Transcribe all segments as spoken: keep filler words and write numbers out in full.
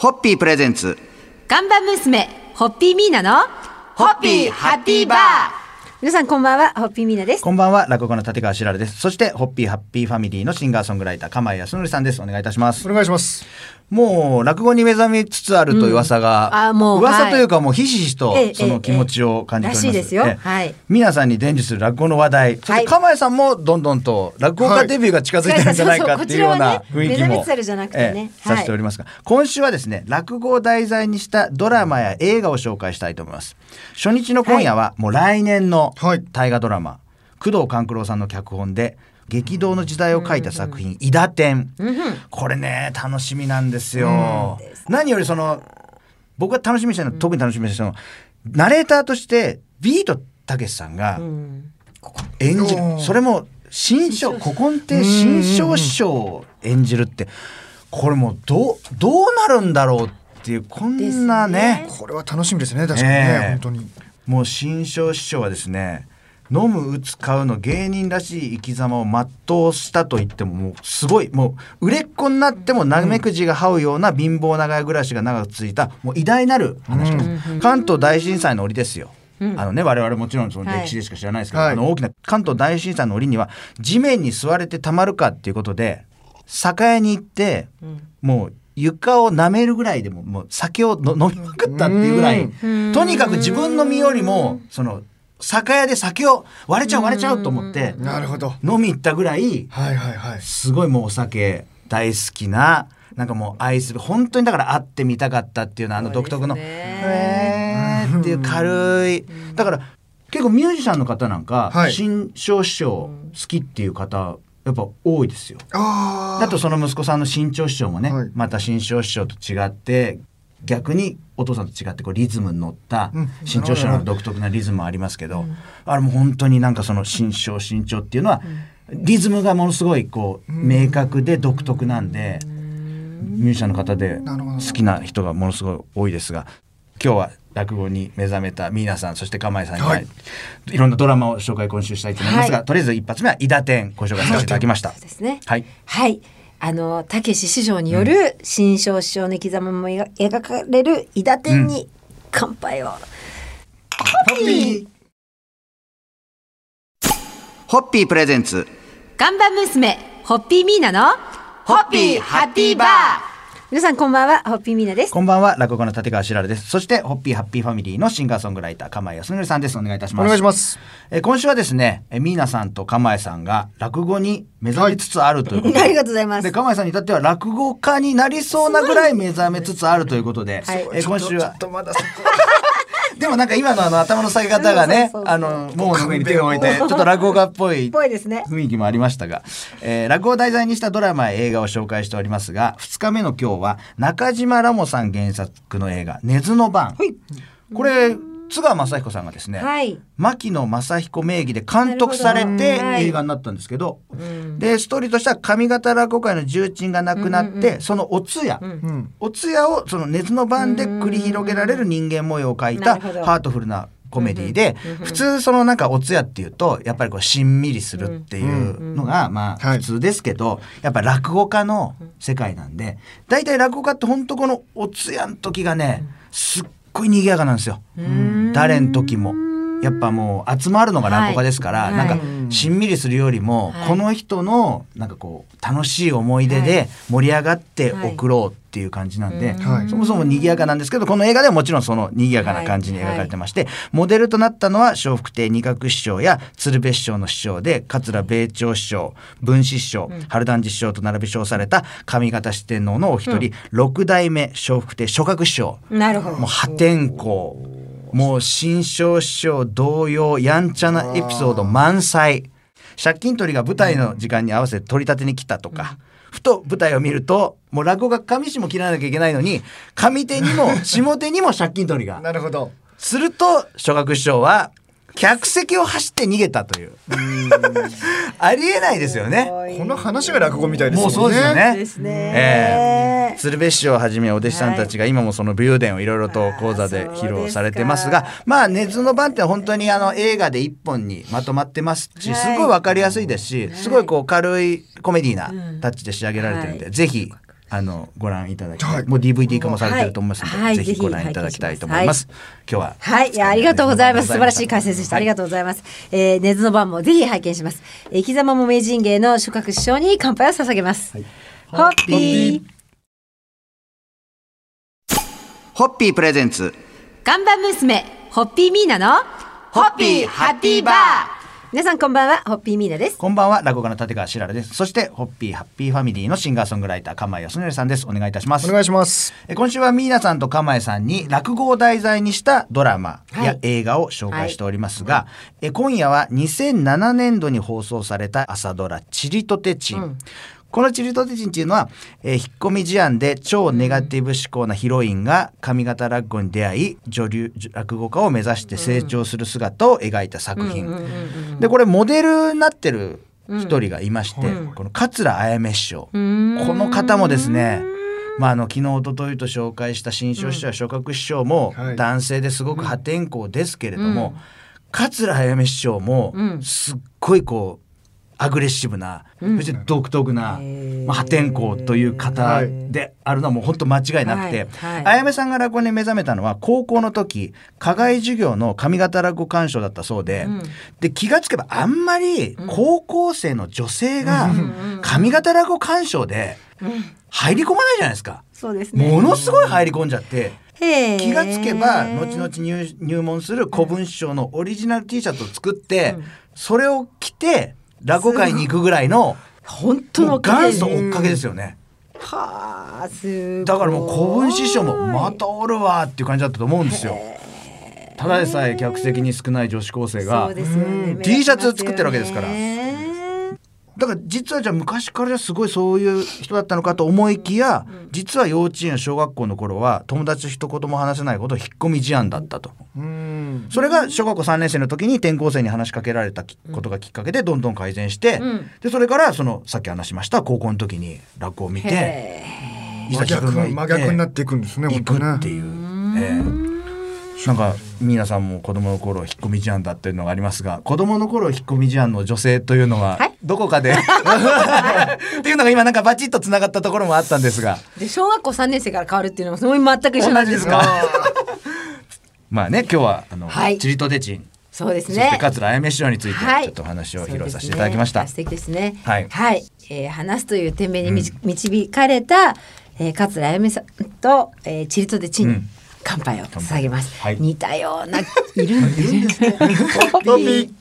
ホッピープレゼンツ看板娘ホッピーミーナのホッピーハッピーバー。 皆さんこんばんは、ホッピーミーナです。 こんばんは、落語家の立川しららです。そしてホッピーハッピーファミリーのシンガーソングライター釜井康則さんです。お願いいたします。 お願いします。 もう落語に目覚めつつあるという噂が、 うん、あもう噂というかもうひしひしとはいその気持ちを感じております、 らしいですよ、 ええはい、 皆さんに伝授する落語の話題、そして釜井さんもどんどんと落語家デビューが近づいてるんじゃないかっていうような雰囲気もさせておりますが、今週はですね、落語を題材にしたドラマや映画を紹介したいと思います。初日の今夜はもう来年の大河ドラマ、工藤官九郎さんの脚本で激動の時代を書いた作品、伊達天、うんうん、これね楽しみなんですよ、うん、何よりその僕が楽しみにしてるの、うん、特に楽しみにしてるのナレーターとしてビートたけしさんが演じる、うん、それも新章古今亭新章師匠を演じるって、これもうどうどうなるんだろうっていう、こんな ね, ねこれは楽しみですね。確かにね、えー、本当にもう新章師匠はですね、飲む打つ買うの芸人らしい生き様を全うしたと言ってももうすごい、もう売れっ子になってもなめくじが這うような貧乏長屋暮らしが長く続いたもう偉大なる話です、うん、関東大震災の折ですよ、うん、あのね、我々もちろんその歴史でしか知らないですけど、はい、あの大きな関東大震災の折には地面に座れてたまるかっていうことで酒屋に行って、うん、もう床を舐めるぐらいでももう酒をの飲みまくったっていうぐらい、とにかく自分の身よりもその酒屋で酒を割れちゃう割れちゃうと思って飲み行ったぐらい、はいはいはい、すごいもうお酒大好きな、なんかもう愛する、本当にだから会ってみたかったっていうのはあの独特のへーっていう軽い、だから結構ミュージシャンの方なんか、はい、新章師匠好きっていう方やっぱ多いですよ。あだとその息子さんの新潮師匠もね、はい、また新潮師匠と違って逆にお父さんと違ってこうリズムに乗った新潮師匠の独特なリズムもありますけど、うん、あれも本当になんかその新潮新潮っていうのは、うん、リズムがものすごいこう明確で独特なんで、うん、ミュージシャンの方で好きな人がものすごい多いですが、今日は落語に目覚めたミーナさん、そして釜井さんに、はい、いろんなドラマを紹介今週したいと思いますが、はい、とりあえず一発目は伊達天ご紹介させていただきました。 そうですね、 はい、 はい、あのたけし師匠による新章師匠の生き様も描かれる伊達天に乾杯を、うん、ホッピーホッピープレゼンツ看板娘ホッピーミーナのホッピーハッピーバー。 皆さんこんばんは、ホッピーミーナです。 こんばんは、落語家の立川しららです。そしてホッピーハッピーファミリーのシンガーソングライター釜井康則さんです。お願いいたします。 お願いします。 え今週はですね、えミーナさんと釜井さんが落語に目覚めつつあるということで、 はい、ありがとうございます。 で釜井さんに至っては落語家になりそうなぐらい目覚めつつあるということで、はい、え今週はちょっとまだでもなんか今のあの頭の下げ方がね、あのももの上に手を置いてちょっと落語家っぽい雰囲気もありましたが、えー、落語を題材にしたドラマや映画を紹介しておりますが、ふつかめの今日は中島ラモさん原作の映画「根津の番」、はい、これ津川雅彦さんがですね、はい、牧野正彦名義で監督されて映画になったんですけど、うん、でストーリーとしては上方落語界の重鎮が亡くなって、うんうん、そのお通夜、うん、お通夜をその根津の番で繰り広げられる人間模様を描いたハートフルなコメディで、うんうん、普通そのなんかお通夜っていうとやっぱりこうしんみりするっていうのがまあ普通ですけど、やっぱ落語家の世界なんで、だいたい落語家って本当このお通夜の時がねすっすっごい賑やかなんですよ。誰の時もやっぱもう集まるのが落語家ですから、はい、なんかしんみりするよりも、はい、この人のなんかこう楽しい思い出で盛り上がって送ろうっていう感じなんで、はい、そもそも賑やかなんですけど、この映画ではもちろんその賑やかな感じに描かれてまして、はいはい、モデルとなったのは笑福亭仁鶴師匠や鶴瓶師匠の師匠で、桂米朝師匠、文枝師匠、うん、春団治師匠と並び称された上方四天王のお一人、うん、六代目笑福亭松鶴師匠。 なるほど。 もう破天荒、もう新章師匠同様やんちゃなエピソード満載。借金取りが舞台の時間に合わせて取り立てに来たとか、うん、ふと舞台を見るともう落語が上下切らなきゃいけないのに上手にも下手にも借金取りがなるほど。 すると松鶴師匠は客席を走って逃げたというありえないですよね。 この話が落語みたいですもんね。 もうそうですよね。 ですね、 えー、鶴瓶師匠をはじめお弟子さんたちが今もその武勇伝をいろいろと講座で披露されてますが、まあ根津の番って本当にあの映画で一本にまとまってますし、すごいわかりやすいですし、すごいこう軽いコメディーなタッチで仕上げられてるんで、ぜひあのご覧いただきたい、 はいもう ディーブイディー 化もされてると思いますので、 はいぜひご覧いただきたいと思います、今日ははい、いやありがとうございます。素晴らしい解説でした。ありがとうございます。えー、根津の番もぜひ拝見します。えー生き様も名人芸の諸葛師匠に乾杯を捧げます。 はいホッピー。 ホッピープレゼンツ看板娘ホッピーミーナのホッピーハッピーバー。皆さんこんばんは、ホッピーミーナです。 こんばんは、落語家の立川しららです。そしてホッピーハッピーファミリーのシンガーソングライター釜井康則さんです。お願いいたします。 お願いします。 え今週はミーナさんと釜井さんに落語を題材にしたドラマや映画を紹介しておりますが、はいえ今夜はにせんななねんどに放送された朝ドラちりとてちん、うんこのちりとてちんっていうのは、えー、引っ込み思案で超ネガティブ思考なヒロインが上方落語に出会い女流落語家を目指して成長する姿を描いた作品で、これモデルになってる一人がいまして、うん、この桂あやめ師匠、この方もですね、まあ、あの昨日一昨日と紹介した新章師匠や松鶴師匠も男性ですごく破天荒ですけれども、うん、桂あやめ師匠もすっごいこうアグレッシブな、うん、そして独特な、まあ、破天荒という方であるのはもう本当間違いなくて、はいはい、あやめさんが落語に目覚めたのは高校の時課外授業の上方落語鑑賞だったそうで、うん、で気がつけばあんまり高校生の女性が上方落語鑑賞で入り込まないじゃないですか、 そうですね、 ものすごい入り込んじゃって気がつけば後々 入, 入門する古文師匠のオリジナル T シャツを作って、うん、それを着て落語会に行くぐらいの本当の元祖追っかけですよね。 はあ、すごい。 だからもう古文師匠もまたおるわっていう感じだったと思うんですよ。ただでさえ客席に少ない女子高生が、 そうですよね、 T シャツ作ってるわけですから。だから実はじゃあ昔からすごいそういう人だったのかと思いきや、うん、実は幼稚園小学校の頃は友達と一言も話せないことを引っ込み思案だったと、うん、それが小学校さんねん生の時に転校生に話しかけられたことがきっかけでどんどん改善して、うん、でそれからそのさっき話しました高校の時に落語を見ていざ自分が行って真逆になっていくんですね、 行くっていう、えーなんか皆さんも子供の頃引っ込み思案だっていうのがありますが、子供の頃引っ込み思案の女性というのはどこかで、はい、っていうのが今なんかバチッとつながったところもあったんですが、 で小学校さんねん生から変わるっていうのもその全く一緒なんですかまあね、今日はあの、はい、ちりとてちん、 そうですね、 そして桂あやめ師匠についてちょっとお話を披露させていただきました、 はい、素敵ですね、 はい、 はい、えー、話すという天命に導かれた、うんえー、桂あやめさんと、えー、ちりとてちん、うん乾杯を捧げます、はい、似たようないるんですホッピー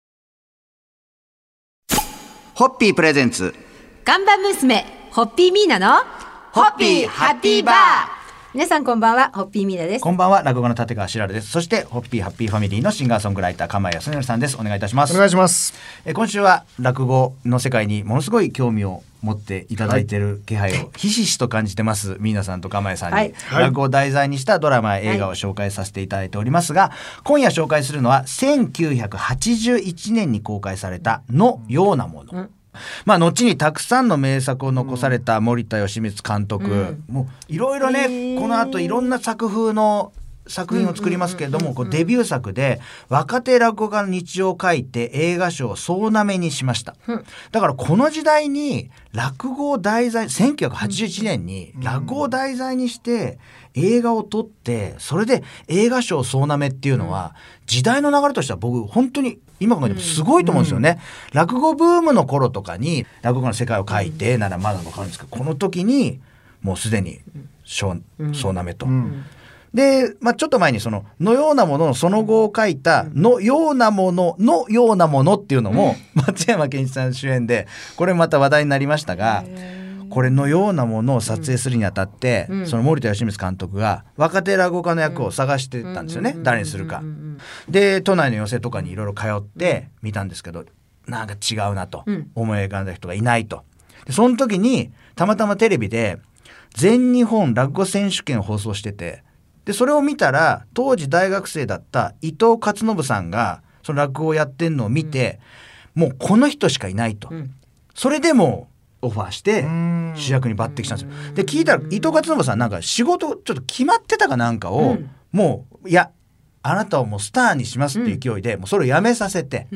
ホッピープレゼンツ看板娘ホッピーミーナのホッピーハッピーバー。皆さんこんばんは、ホッピーミーナです。 こんばんは、落語家の立川しららです。そしてホッピーハッピーファミリーのシンガーソングライター釜井康則さんです。お願いいたします。 お願いします。 え今週は落語の世界にものすごい興味を持っていただいている気配をひしひしと感じてますミーナさんと釜井さんに、はい、落語を題材にしたドラマや映画を紹介させていただいておりますが、はい、今夜紹介するのはせんきゅうひゃくはちじゅういちねんに公開されたのようなもの、うんまあ、後にたくさんの名作を残された森田義満監督、うん、もういろいろねこの後いろんな作風の作品を作りますけれども、こうデビュー作で若手落語家の日常を書いて映画賞を総なめにしました、うん、だからこの時代に落語を題材せんきゅうひゃくはちじゅういちねんに落語を題材にして映画を撮ってそれで映画賞総なめっていうのは時代の流れとしては僕本当に今考えてもすごいと思うんですよね、うんうん、落語ブームの頃とかに落語家の世界を書いてならまだ分かるんですけど、この時にもうすでに総なめと、うんうんで、まあ、ちょっと前にそののようなもののその後を書いたのようなもののようなものっていうのも松山ケンイチさん主演でこれまた話題になりましたが、これのようなものを撮影するにあたってその森田義満監督が若手落語家の役を探してたんですよね、誰にするかで都内の寄席とかにいろいろ通って見たんですけどなんか違うなと思い浮かんだ人がいないと。でその時にたまたまテレビで全日本落語選手権を放送してて、でそれを見たら当時大学生だった伊藤勝信さんがその落語をやってんのを見て、うん、もうこの人しかいないと、うん、それでもオファーして主役に抜擢したんですよ。で聞いたら伊藤勝信さんなんか仕事ちょっと決まってたかなんかを、うん、もういやあなたをもうスターにしますっていう勢いで、うん、もうそれをやめさせて、うん、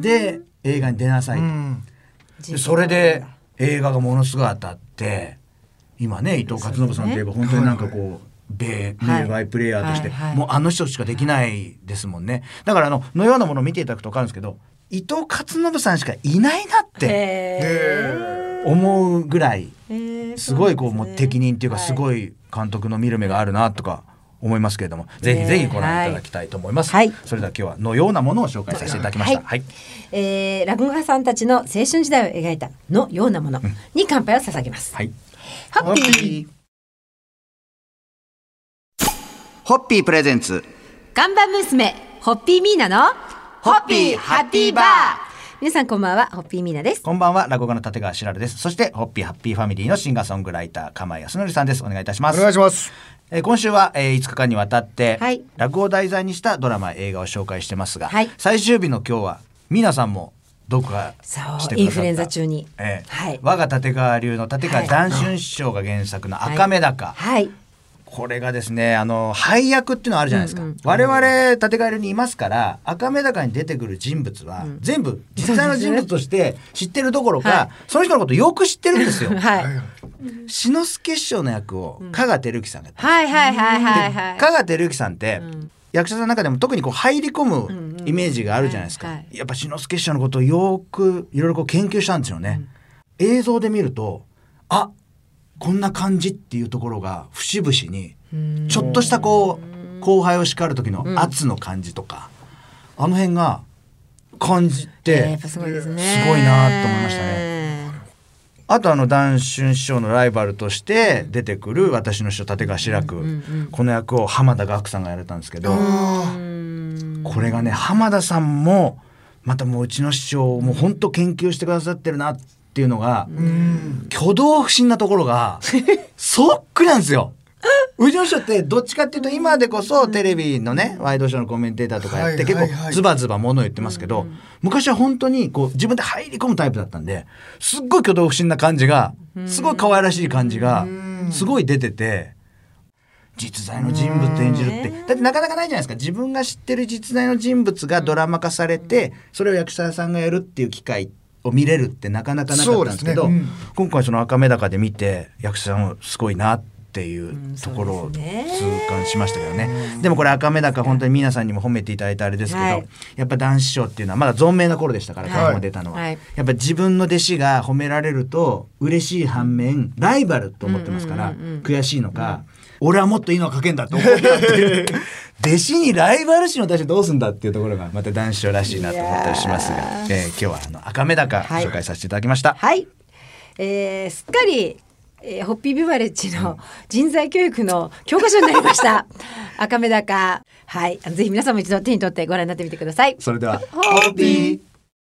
で映画に出なさいと、うん、でそれで映画がものすごい当たって今ね伊藤勝信さんといえば本当になんかこう米名バイプレイヤーとして、はいはい、もうあの人しかできないですもんね。だからあののようなものを見ていただくと分かるんですけど、伊藤勝信さんしかいないなって思うぐらいすごいこうもう適任っていうかすごい監督の見る目があるなとか思いますけれども、ぜひぜひご覧いただきたいと思います、はい、それでは今日はのようなものを紹介させていただきました、はいはい、 えー、落語家さんたちの青春時代を描いたのようなものに乾杯を捧げます、うん、はい、ホッピーホッピープレゼンツ看板娘ホッピーミーナのホッピーハッピーバー。皆さんこんばんは、ホッピーミーナです。 こんばんは、落語家の立川しらるです。そしてホッピーハッピーファミリーのシンガーソングライター釜井康則さんです。お願いいたします。 お願いします。 えー、今週は、えー、いつかかんにわたって、はい、落語を題材にしたドラマ映画を紹介してますが、はい、最終日の今日はミーナさんも読破してくださったインフルエンザ中に、 えーはい、我が立川流の立川談春師匠が原作の赤目高、はいはい、これがですね、あの配役っていうのがあるじゃないですか、うんうん、我々立川流にいますから赤目高に出てくる人物は、うん、全部実際の人物として知ってるどころか、はい、その人のことよく知ってるんですよ、はい、志の輔師匠の役を加賀照之さんがやってます、はいはいはいはいはい、加賀照之さんって、うん、役者さんの中でも特にこう入り込むイメージがあるじゃないですか、うんうんはいはい、やっぱ志の輔師匠のことをよくいろいろこう研究したんですよね、うん、映像で見るとあこんな感じっていうところが節々にちょっとしたこう後輩を叱る時の圧の感じとか、うん、あの辺が感じてすごいなと思いましたね。あとあの談春師匠のライバルとして出てくる私の師匠立川志らく、うんうんうん、この役を浜田岳さんがやられたんですけど、これがね浜田さんもまたもううちの師匠も本当研究してくださってるなっていうのが、うん、挙動不審なところがそっくりなんですよ。うちの師匠ってどっちかっていうと今でこそテレビのねワイドショーのコメンテーターとかやって結構ズバズバ物言ってますけど、昔は本当にこう自分で入り込むタイプだったんですっごい挙動不審な感じがすごい可愛らしい感じがすごい出てて、実在の人物演じるってだってなかなかないじゃないですか。自分が知ってる実在の人物がドラマ化されてそれを役者さんがやるっていう機会を見れるってなかなかなかったんですけど、そうですね、うん、今回その赤目高で見て役者さんもすごいなっていうところを痛感しましたけどね、うん、でもこれ赤目高本当に皆さんにも褒めていただいたあれですけど、はい、やっぱ談志師匠っていうのはまだ存命な頃でしたから顔も出たのは、はい、やっぱ自分の弟子が褒められると嬉しい反面ライバルと思ってますから、うんうんうんうん、悔しいのか、うん、俺はもっといいのが書けんだと思ったって弟子にライバル視の対象どうすんだっていうところがまた談志師匠らしいなと思ったりしますが、えー、今日はあの赤目高紹介させていただきました。 はい、はい、えー、すっかりえー、ホッピービバレッジの人材教育の教科書になりました赤目高、はい、ぜひ皆さんも一度手に取ってご覧になってみてください。 それではホッピー